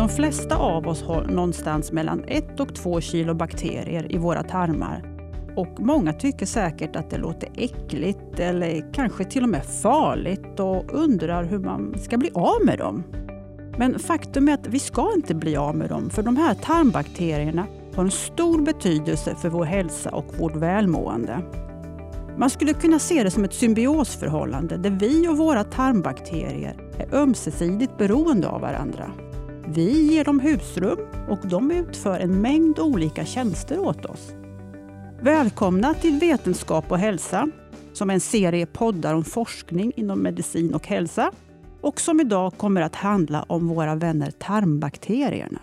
De flesta av oss har någonstans mellan 1 och 2 kilo bakterier i våra tarmar. Och många tycker säkert att det låter äckligt eller kanske till och med farligt och undrar hur man ska bli av med dem. Men faktum är att vi ska inte bli av med dem, för de här tarmbakterierna har en stor betydelse för vår hälsa och vårt välmående. Man skulle kunna se det som ett symbiosförhållande där vi och våra tarmbakterier är ömsesidigt beroende av varandra. Vi ger dem husrum och de utför en mängd olika tjänster åt oss. Välkomna till Vetenskap och hälsa, som är en serie poddar om forskning inom medicin och hälsa och som idag kommer att handla om våra vänner tarmbakterierna.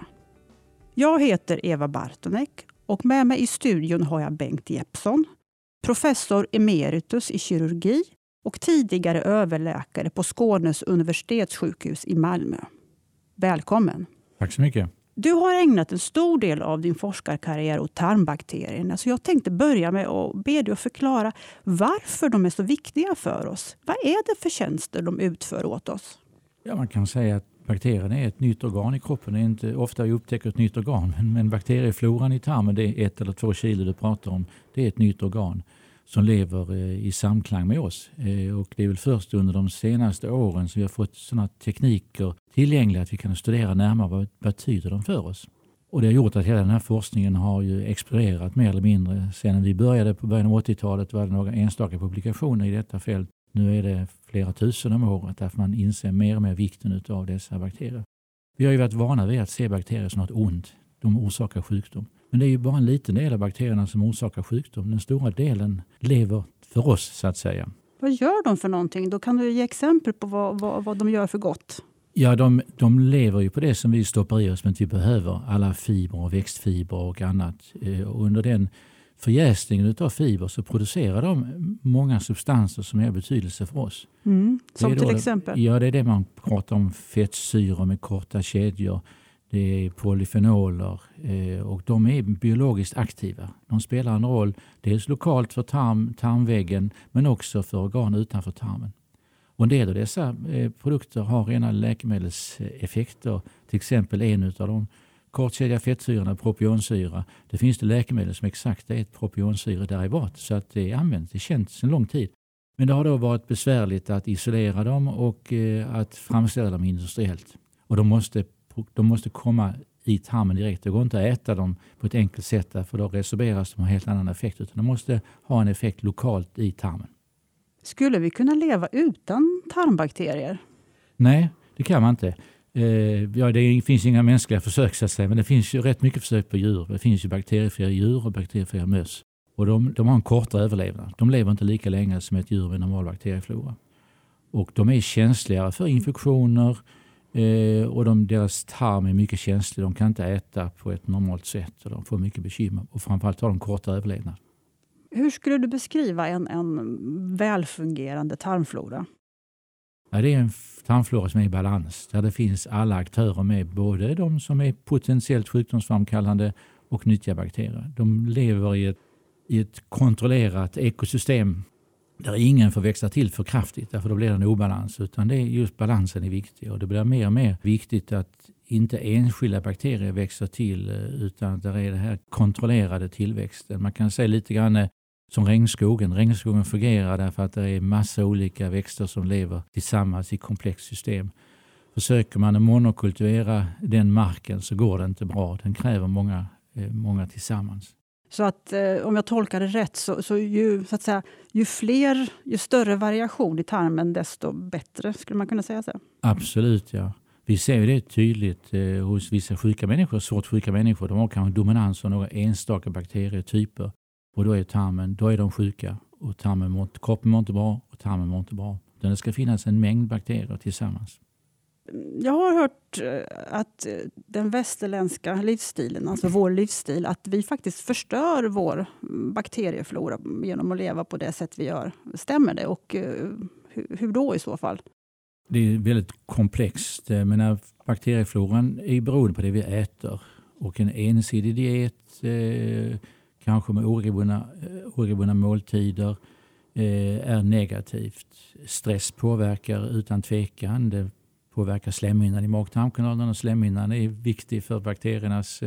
Jag heter Eva Bartonek och med mig i studion har jag Bengt Jeppsson, professor emeritus i kirurgi och tidigare överläkare på Skånes universitetssjukhus i Malmö. Välkommen. Tack så mycket. Du har ägnat en stor del av din forskarkarriär åt tarmbakterierna, så jag tänkte börja med att be dig att förklara varför de är så viktiga för oss. Vad är det för tjänster de utför åt oss? Ja, man kan säga att bakterierna är ett nytt organ i kroppen. Det är inte ofta vi upptäcker ett nytt organ, men bakteriefloran i tarmen, det är 1 eller 2 kilo du pratar om, det är ett nytt organ som lever i samklang med oss. Och det är väl först under de senaste åren som vi har fått sådana tekniker tillgängliga att vi kan studera närmare vad betyder de för oss. Och det har gjort att hela den här forskningen har ju exploderat mer eller mindre. Sen vi började på början av 80-talet var det några enstaka publikationer i detta fält. Nu är det flera tusen om året därför man inser mer och mer vikten av dessa bakterier. Vi har ju varit vana vid att se bakterier som något ont. De orsakar sjukdom. Men det är ju bara en liten del av bakterierna som orsakar sjukdom. Den stora delen lever för oss, så att säga. Vad gör de för någonting? Då kan du ge exempel på vad de gör för gott. Ja, de lever ju på det som vi stoppar i oss, men vi behöver alla fibrer och växtfibrer och annat. Och under den förjäsningen av fiber så producerar de många substanser som har betydelse för oss. Som till exempel? Ja, det är det man pratar om, fettsyror med korta kedjor. Det är polyfenoler och de är biologiskt aktiva. De spelar en roll dels lokalt för tarmväggen men också för organ utanför tarmen. Och en del av dessa produkter har rena läkemedelseffekter. Till exempel en av de kortkedjiga fettsyrorna, propionsyra. Det finns det läkemedel som exakt är ett propionsyrederivat så att det är använt, det är känt sedan lång tid. Men det har då varit besvärligt att isolera dem och att framställa dem industriellt. Och de måste komma i tarmen direkt. Det går inte att äta dem på ett enkelt sätt för då resorberas de och har helt annan effekt. Utan de måste ha en effekt lokalt i tarmen. Skulle vi kunna leva utan tarmbakterier? Nej, det kan man inte. Det finns inga mänskliga försök så att säga, men det finns ju rätt mycket försök på djur. Det finns ju bakteriefria djur och bakteriefria möss. Och de har en kortare överlevnad. De lever inte lika länge som ett djur med normal bakterieflora. Och de är känsligare för infektioner. Och deras tarm är mycket känslig. De kan inte äta på ett normalt sätt och de får mycket bekymmer. Och framförallt har de kortare överlevnad. Hur skulle du beskriva en välfungerande tarmflora? Ja, det är en tarmflora som är i balans. Där det finns alla aktörer med. Både de som är potentiellt sjukdomsframkallande och nyttiga bakterier. De lever i ett kontrollerat ekosystem. Där ingen får växa till för kraftigt, därför då blir det en obalans. Utan det är just balansen är viktig. Och det blir mer och mer viktigt att inte enskilda bakterier växer till, utan att det är det här kontrollerade tillväxten. Man kan säga lite grann som regnskogen. Regnskogen fungerar därför att det är massa olika växter som lever tillsammans i komplext system. Försöker man att monokultivera den marken så går det inte bra. Den kräver många tillsammans. Så att om jag tolkar det rätt så ju större variation i tarmen desto bättre, skulle man kunna säga så? Absolut, ja. Vi ser ju det tydligt hos vissa sjuka människor, svårt sjuka människor. De har kanske dominans av några enstaka bakterietyper. Och då är de sjuka och kroppen mår inte bra och tarmen mår inte bra. Det ska finnas en mängd bakterier tillsammans. Jag har hört att den västerländska livsstilen, alltså vår livsstil, att vi faktiskt förstör vår bakterieflora genom att leva på det sätt vi gör. Stämmer det? Och hur då i så fall? Det är väldigt komplext. Men bakteriefloran är beroende på det vi äter. Och en ensidig diet, kanske med oregelbundna måltider, är negativt. Stress påverkar utan tvekan. Det påverkar slemhinnan i mag-tarmkanalen, och slemhinnan är viktig för bakteriernas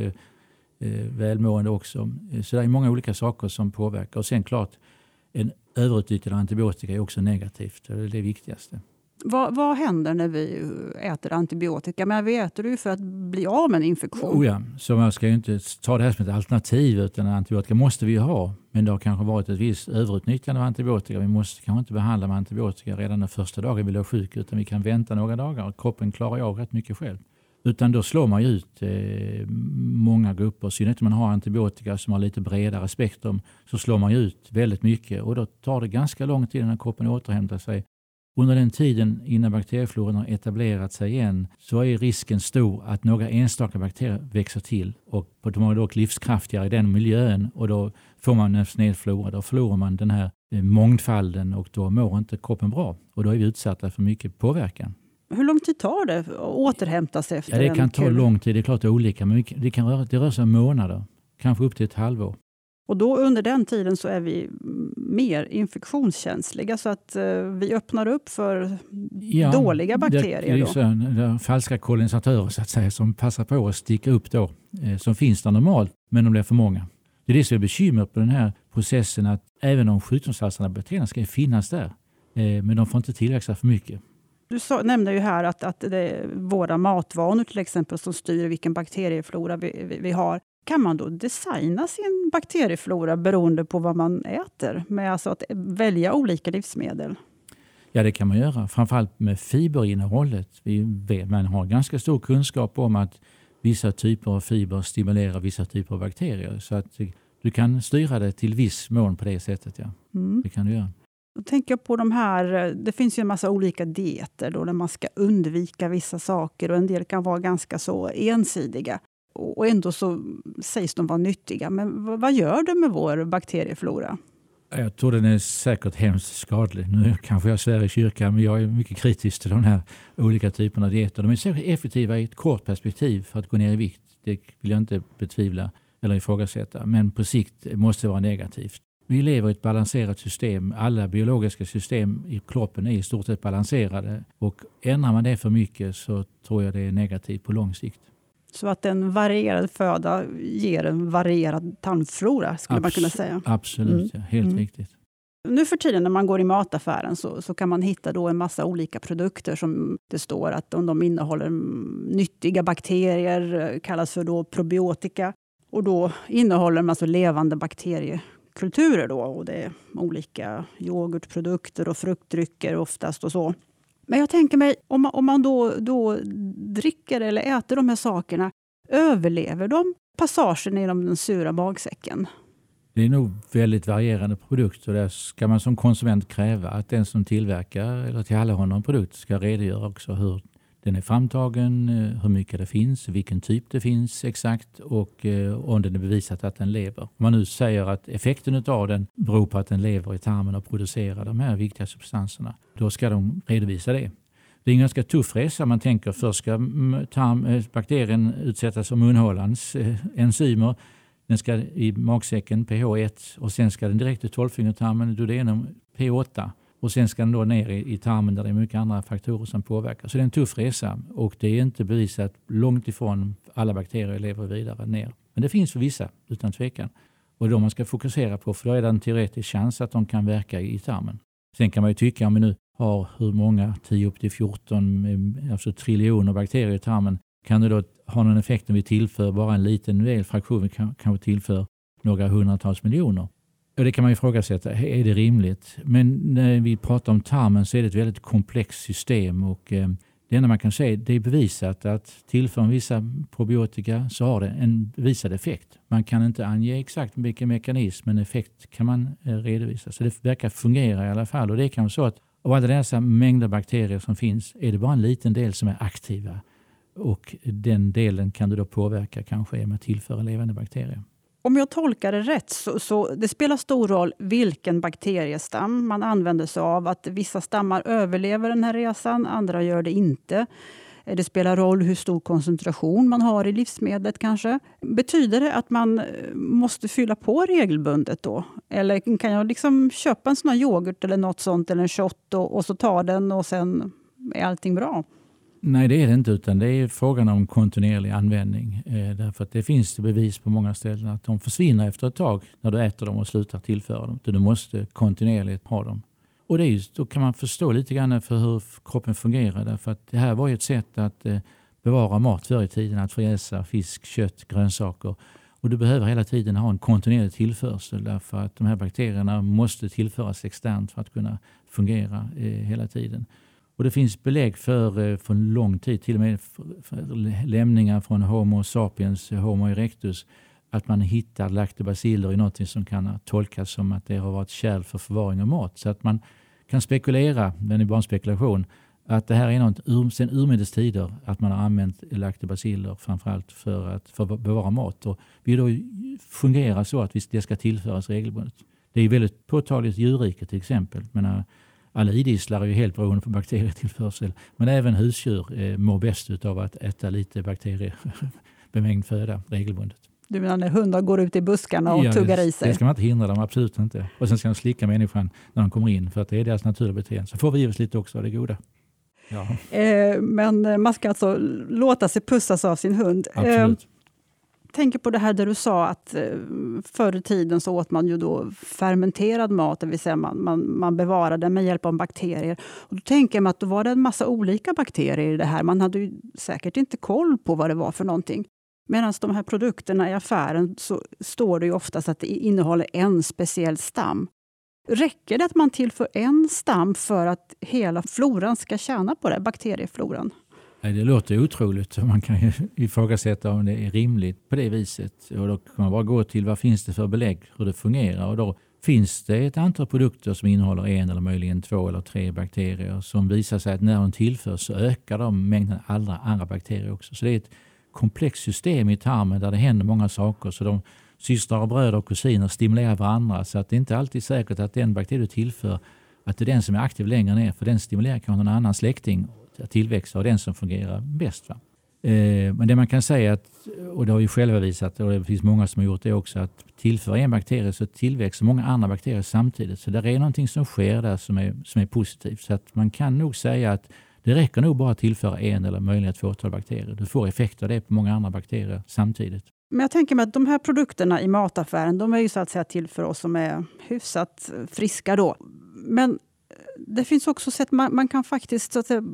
välmående också. Så det är många olika saker som påverkar. Och sen klart, en överutnyttjad antibiotika är också negativt. Det är det viktigaste. Vad händer när vi äter antibiotika? Men vi äter det ju för att bli av med en infektion. Ja, så man ska ju inte ta det här som ett alternativ, utan antibiotika måste vi ju ha. Men det har kanske varit ett visst överutnyttjande av antibiotika. Vi måste kanske inte behandla med antibiotika redan den första dagen vi låg sjuk, utan vi kan vänta några dagar. Kroppen klarar av rätt mycket själv. Utan då slår man ju ut många grupper. Så när man har antibiotika som har lite bredare spektrum, så slår man ju ut väldigt mycket. Och då tar det ganska lång tid när kroppen återhämtar sig. Under den tiden innan bakteriefloran har etablerat sig igen, så är risken stor att några enstaka bakterier växer till. Och de är dock livskraftigare i den miljön, och då får man en snedflora. Då förlorar man den här mångfalden, och då mår inte kroppen bra. Och då är vi utsatta för mycket påverkan. Hur lång tid tar det att återhämta sig efter det kan ta lång tid, det är klart det är olika. Men det rör sig om månader, kanske upp till ett halvår. Och då under den tiden så är vi mer infektionskänsliga, så att vi öppnar upp för dåliga bakterier. Det är falska kolonisatörer så att säga, som passar på att sticka upp då, som finns där normalt, men de blir för många. Det är det som är bekymret på den här processen, att även de sjukdomsalstrande bakterierna ska finnas där, men de får inte tillväxa för mycket. Du nämnde ju här att det är våra matvanor till exempel som styr vilken bakterieflora vi har. Kan man då designa sin bakterieflora beroende på vad man äter? Med alltså att välja olika livsmedel? Ja, det kan man göra. Framförallt med fiberinnehållet. Man har ganska stor kunskap om att vissa typer av fiber stimulerar vissa typer av bakterier. Så att du kan styra det till viss mån på det sättet. Ja. Det kan du göra. Då tänker jag på de här, det finns ju en massa olika dieter då, där man ska undvika vissa saker, och en del kan vara ganska så ensidiga. Och ändå så sägs de vara nyttiga. Men vad gör det med vår bakterieflora? Jag tror den är säkert hemskt skadlig. Nu kanske jag svär i kyrkan, men jag är mycket kritisk till de här olika typerna av dieter. De är säkert effektiva i ett kort perspektiv för att gå ner i vikt. Det vill jag inte betvivla eller ifrågasätta. Men på sikt måste det vara negativt. Vi lever i ett balanserat system. Alla biologiska system i kroppen är i stort sett balanserade. Och ändrar man det för mycket, så tror jag det är negativt på lång sikt. Så att en varierad föda ger en varierad tarmflora, skulle man kunna säga. Absolut, ja, helt riktigt. Nu för tiden när man går i mataffären så kan man hitta då en massa olika produkter som det står att de innehåller nyttiga bakterier, kallas för då probiotika. Och då innehåller de alltså levande bakteriekulturer då, och det är olika yoghurtprodukter och fruktdrycker oftast och så. Men jag tänker mig, om man då dricker eller äter de här sakerna, överlever de passagen genom den sura magsäcken? Det är nog väldigt varierande produkter. Där ska man som konsument kräva att den som tillverkar eller tillhandahåller en produkt ska redogöra också hur den är framtagen, hur mycket det finns, vilken typ det finns exakt, och om den är bevisat att den lever. Om man nu säger att effekten av den beror på att den lever i tarmen och producerar de här viktiga substanserna, då ska de redovisa det. Det är en ganska tuff resa. Man tänker först ska bakterien utsättas för munhålans enzymer. Den ska i magsäcken pH1, och sen ska den direkt i tolvfingertarmen, duodenum P8. Och sen ska den då ner i tarmen där det är mycket andra faktorer som påverkar. Så det är en tuff resa, och det är inte bevisat långt ifrån alla bakterier lever vidare ner. Men det finns för vissa, utan tvekan. Och då man ska fokusera på, för då är det en teoretisk chans att de kan verka i tarmen. Sen kan man ju tycka, om vi nu har hur många, 10 upp till 14, alltså triljoner bakterier i tarmen, kan det då ha någon effekt om vi tillför bara en liten del fraktion, vi kanske tillför några hundratals miljoner. Och det kan man ju ifrågasätta, är det rimligt? Men när vi pratar om tarmen så är det ett väldigt komplext system, och det enda man kan säga, det är bevisat att tillför vissa probiotika så har det en bevisad effekt. Man kan inte ange exakt vilken mekanism, men effekt kan man redovisa. Så det verkar fungera i alla fall, och det är kanske så att av alla dessa mängder bakterier som finns är det bara en liten del som är aktiva, och den delen kan du då påverka kanske genom att tillföra levande bakterier. Om jag tolkar det rätt så det spelar stor roll vilken bakteriestam man använder sig av. Att vissa stammar överlever den här resan, andra gör det inte. Det spelar roll hur stor koncentration man har i livsmedlet kanske. Betyder det att man måste fylla på regelbundet då? Eller kan jag liksom köpa en sån här yoghurt eller något sånt, eller en shot och så ta den och sen är allting bra? Nej, det är det inte, utan det är frågan om kontinuerlig användning. Därför att det finns bevis på många ställen att de försvinner efter ett tag när du äter dem och slutar tillföra dem. Du måste kontinuerligt ha dem. Och det är just, då kan man förstå lite grann för hur kroppen fungerar. Därför att det här var ju ett sätt att bevara mat förr i tiden, att förjäsa fisk, kött, grönsaker. Och du behöver hela tiden ha en kontinuerlig tillförsel därför att de här bakterierna måste tillföras externt för att kunna fungera hela tiden. Och det finns belägg för en lång tid, till och med för lämningar från Homo sapiens, Homo erectus, att man hittar lactobaciller i något som kan tolkas som att det har varit kärl för förvaring av mat. Så att man kan spekulera, men det är bara en spekulation, att det här är något sedan urminnes tider att man har använt lactobaciller framförallt för att bevara mat. Och vi då fungerar så att det ska tillföras regelbundet. Det är väldigt påtagligt djurrike till exempel. Men alla idisslar är ju helt beroende på bakterietillförsel. Men även husdjur mår bäst av att äta lite bakteriebemängd föda regelbundet. Du menar när hundar går ut i buskarna och tuggar i sig? Det ska man inte hindra dem, absolut inte. Och sen ska de slicka människan när de kommer in för att det är deras naturliga beteende. Så får vi givetvis lite också av det goda. Ja. Men man ska alltså låta sig pussas av sin hund. Absolut. Tänker på det här där du sa att förr i tiden så åt man ju då fermenterad mat, det vill säga man bevarade med hjälp av bakterier. Och då tänker man att då var det en massa olika bakterier i det här. Man hade ju säkert inte koll på vad det var för någonting. Medan de här produkterna i affären så står det ju oftast att det innehåller en speciell stam. Räcker det att man tillför en stam för att hela floran ska tjäna på det, bakteriefloran? Det låter otroligt. Man kan ju ifrågasätta om det är rimligt på det viset. Och då kan man bara gå till vad finns det för belägg, hur det fungerar. Och då finns det ett antal produkter som innehåller en eller möjligen 2 eller 3 bakterier som visar sig att när de tillförs så ökar de mängden andra bakterier också. Så det är ett komplext system i tarmen där det händer många saker. Så de systrar och bröder och kusiner stimulerar varandra, så att det inte alltid är säkert att den bakterie du tillför att det är den som är aktiv längre ner, för den stimulerar kanske någon annan släkting att tillväxa och den som fungerar bäst. Va? Men det man kan säga, att, och det har vi själva visat och det finns många som har gjort det också, att tillföra en bakterie så tillväxer många andra bakterier samtidigt. Så det är någonting som sker där som är positivt. Så att man kan nog säga att det räcker nog bara att tillföra en eller möjligen 2 bakterier. Du får effekt av det på många andra bakterier samtidigt. Men jag tänker mig att de här produkterna i mataffären, de är ju så att säga till för oss som är hyfsat friska då. Men det finns också sätt man kan faktiskt så att säga,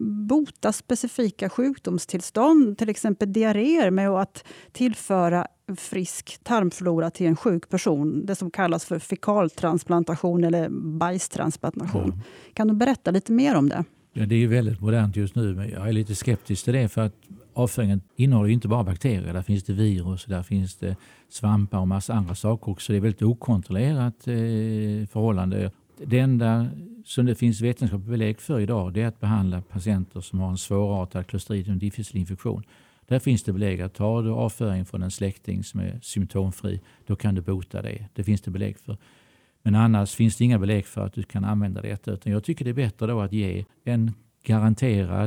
bota specifika sjukdomstillstånd, till exempel diarréer, med att tillföra frisk tarmflora till en sjuk person. Det som kallas för fekaltransplantation eller bajstransplantation. Mm. Kan du berätta lite mer om det? Ja, det är ju väldigt modernt just nu, men jag är lite skeptisk till det, för att avföringen innehåller ju inte bara bakterier. Där finns det virus, där finns det svampar och massa andra saker också. Det är väldigt okontrollerat förhållande. Det enda som det finns vetenskapligt belägg för idag, det är att behandla patienter som har en svårartad Clostridium difficile-infektion. Där finns det belägg att tar du avföring från en släkting som är symptomfri, då kan du bota det. Det finns det belägg för. Men annars finns det inga belägg för att du kan använda detta. Utan jag tycker det är bättre då att ge en garanterad,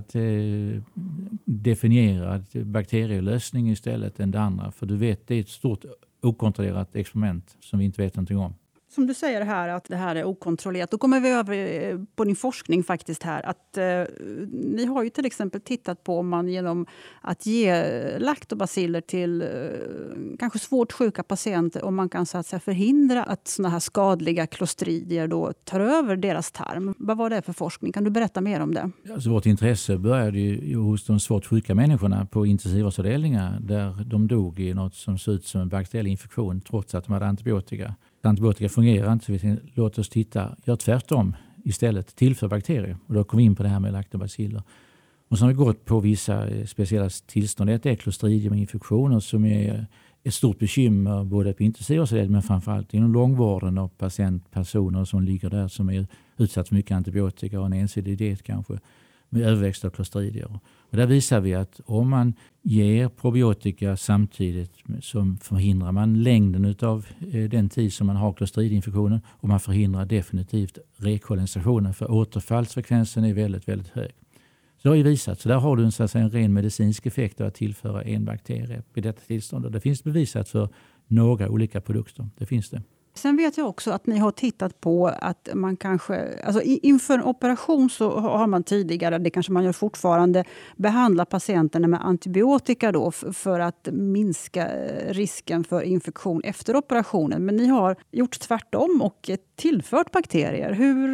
definierad bakterielösning istället än det andra. För du vet, det är ett stort okontrollerat experiment som vi inte vet någonting om. Som du säger här att det här är okontrollerat, då kommer vi över på din forskning faktiskt här. Att, ni har ju till exempel tittat på om man genom att ge lactobaciller till kanske svårt sjuka patienter, om man kan så att säga förhindra att såna här skadliga klostridier då tar över deras tarm. Vad var det för forskning? Kan du berätta mer om det? Alltså vårt intresse började ju hos de svårt sjuka människorna på intensivvårdsavdelningar där de dog i något som såg ut som en bakteriell infektion trots att de hade antibiotika. Antibiotika fungerar inte, så vi tänkte, låt oss gör tvärtom istället, tillför bakterier. Och då kom vi in på det här med lactobaciller. Och så har vi gått på vissa speciella tillstånd. Det är Clostridium-infektioner som är ett stort bekymmer både på intensivvårdsavdelningen men framförallt inom långvården och personer som ligger där som är utsatt för mycket antibiotika och en ensidig diet kanske med överväxt av klostridier. Och där visar vi att om man ger probiotika samtidigt så förhindrar man längden av den tid som man har klostridiinfektionen, och man förhindrar definitivt rekolonisationen, för återfallsfrekvensen är väldigt, väldigt hög. Så det har ju visat, så där har du en ren medicinsk effekt av att tillföra en bakterie i detta tillstånd. Och det finns bevisat för några olika produkter, det finns det. Sen vet jag också att ni har tittat på att man kanske, alltså inför en operation så har man tidigare, det kanske man gör fortfarande, behandla patienterna med antibiotika då för att minska risken för infektion efter operationen. Men ni har gjort tvärtom och tillfört bakterier. Hur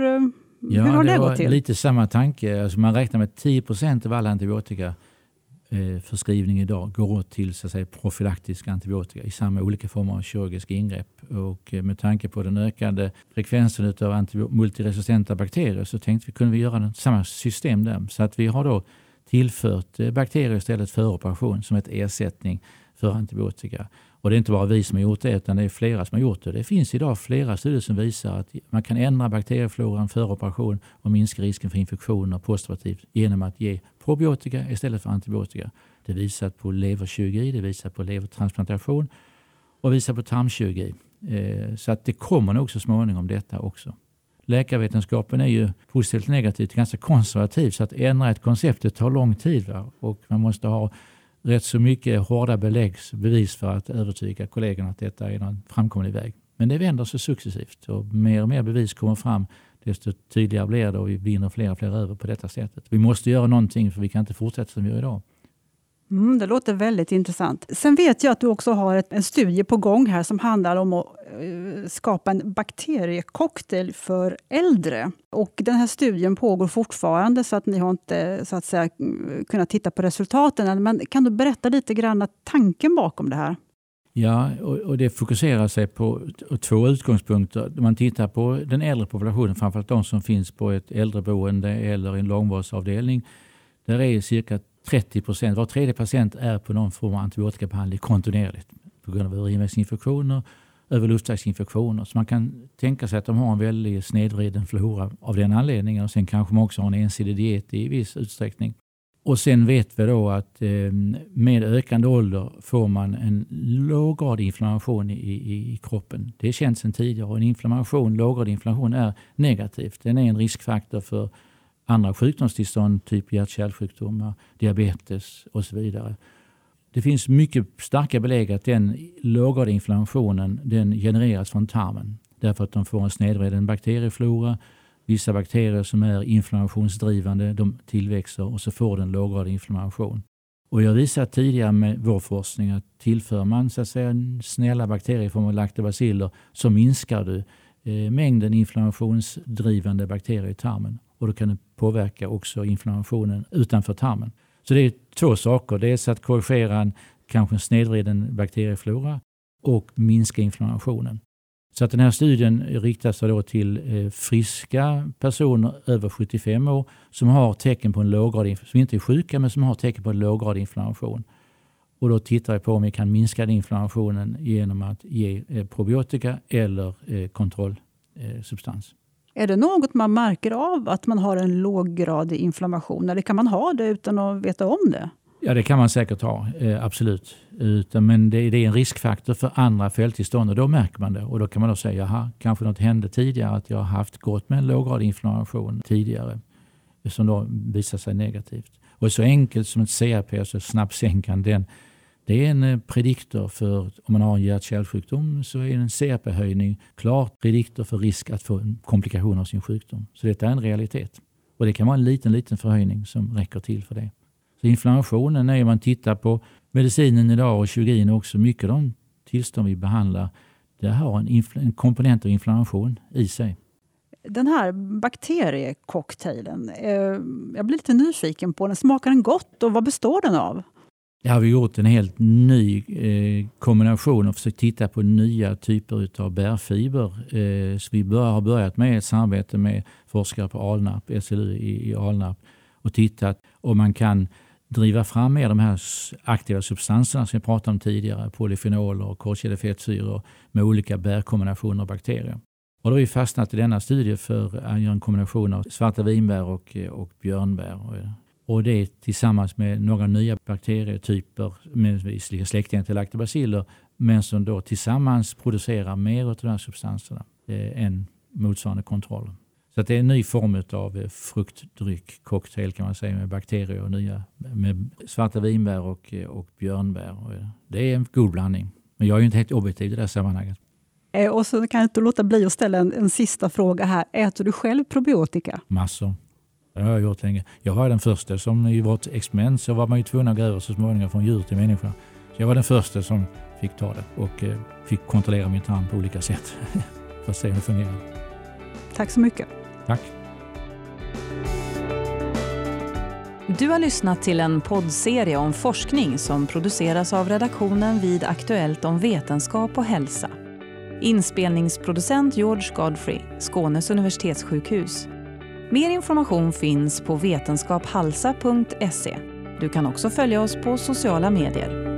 har det gått till? Lite samma tanke. Alltså man räknar med 10% av alla antibiotika förskrivning idag går åt till så att säga, profylaktisk antibiotika i samma olika former av kirurgiska ingrepp. Och med tanke på den ökande frekvensen av multiresistenta bakterier så tänkte vi kunde vi göra samma system där. Så att vi har då tillfört bakterier istället för operation som ett ersättning för antibiotika. Och det är inte bara vi som har gjort det utan det är flera som har gjort det. Det finns idag flera studier som visar att man kan ändra bakteriefloran för operation och minska risken för infektioner postoperativt genom att ge probiotika istället för antibiotika. Det visar på leverkirurgi, det visar på levertransplantation och visar på tarmkirurgi. Så att det kommer nog så småningom detta också. Läkarvetenskapen är ju positivt negativt, ganska konservativ, så att ändra ett koncept det tar lång tid. Va? Och man måste ha rätt så mycket hårda bevis för att övertyga kollegorna att detta är en framkomlig väg. Men det vänder sig successivt och mer bevis kommer fram desto tydligare blir det och vi vinner fler och fler över på detta sättet. Vi måste göra någonting för vi kan inte fortsätta som vi gör idag. Det låter väldigt intressant. Sen vet jag att du också har en studie på gång här som handlar om att skapa en bakteriecocktail för äldre. Och den här studien pågår fortfarande så att ni har inte så att säga, kunnat titta på resultaten. Men kan du berätta lite grann tanken bakom det här? Ja, och det fokuserar sig på 2 utgångspunkter. Man tittar på den äldre populationen, framförallt de som finns på ett äldreboende eller en långvårdsavdelning. Där är cirka 30%, var tredje patient är på någon form av antibiotikabehandling kontinuerligt på grund av urinvägsinfektioner, överluftsvägsinfektioner. Så man kan tänka sig att de har en väldigt snedvriden flora av den anledningen och sen kanske man också har en ensidig diet i viss utsträckning. Och sen vet vi då att med ökande ålder får man en låggradig inflammation i kroppen. Det är känt sedan tidigare och låggradig inflammation är negativt. Den är en riskfaktor för andra sjukdomstillstånd, typ hjärt-kärlsjukdomar, diabetes och så vidare. Det finns mycket starka belägg att den låggradiga inflammationen den genereras från tarmen. Därför att de får en snedvriden bakterieflora. Vissa bakterier som är inflammationsdrivande de tillväxer och så får den låggradig inflammation. Och jag visat tidigare med vår forskning att tillför man så att säga, snälla bakterier i form av lactobaciller så minskar du mängden inflammationsdrivande bakterier i tarmen. Och då kan det påverka också inflammationen utanför tarmen. Så det är 2 saker. Dels att korrigera kanske en snedvriden bakterieflora och minska inflammationen. Så att den här studien riktar sig då till friska personer över 75 år som har tecken på en låggradig, som inte är sjuka men som har tecken på en låggradig inflammation. Och då tittar vi på om vi kan minska den inflammationen genom att ge probiotika eller kontrollsubstans. Är det något man märker av att man har en låggradig inflammation? Eller kan man ha det utan att veta om det? Ja, det kan man säkert ha, absolut. Men det är en riskfaktor för andra fälttillstånd och då märker man det. Och då kan man då säga, jaha, kanske något hände tidigare att jag har haft gått med en låggradig inflammation tidigare som då visar sig negativt. Och så enkelt som ett CRP, alltså snabbsänkan, det är en prediktor för om man har en hjärt-kärlsjukdom så är en CRP-höjning klart prediktor för risk att få en komplikation av sin sjukdom. Så detta är en realitet. Och det kan vara en liten förhöjning som räcker till för det. Så inflammationen, när man tittar på medicinen idag och kirurgin också, mycket av de tillstånd vi behandlar, det har en komponent av inflammation i sig. Den här bakteriecocktailen, jag blir lite nyfiken på den. Smakar den gott och vad består den av? Ja, vi har gjort en helt ny kombination och försökt titta på nya typer av bärfiber. Så vi har börjat med ett samarbete med forskare på Alnarp, SLU i Alnarp och tittat om man kan driva fram med de här aktiva substanserna som vi pratade om tidigare, polyfenoler och kortkedjefettsyror med olika bärkombinationer av bakterier. Och då har vi fastnat i denna studie för att göra en kombination av svarta vinbär och björnbär. Och det tillsammans med några nya bakterietyper med visliga släktingar till lactobaciller men som då tillsammans producerar mer av de här substanserna än motsvarande kontroller. Så att det är en ny form av fruktdryck, cocktail kan man säga, med bakterier och nya med svarta vinbär och björnbär. Och det är en god blandning. Men jag är ju inte helt objektiv i det här sammanhanget. Och så kan jag inte låta bli att ställa en sista fråga här. Äter du själv probiotika? Massor. Det har jag gjort länge. Jag var den första som i vårt experiment så var man ju tvungen att gå över så småningom från djur till människa. Så jag var den första som fick ta det och fick kontrollera min tarm på olika sätt för att se hur det fungerar. Tack så mycket. Tack. Du har lyssnat till en poddserie om forskning som produceras av redaktionen vid Aktuellt om vetenskap och hälsa. Inspelningsproducent George Godfrey, Skånes universitetssjukhus. Mer information finns på vetenskaphalsa.se. Du kan också följa oss på sociala medier.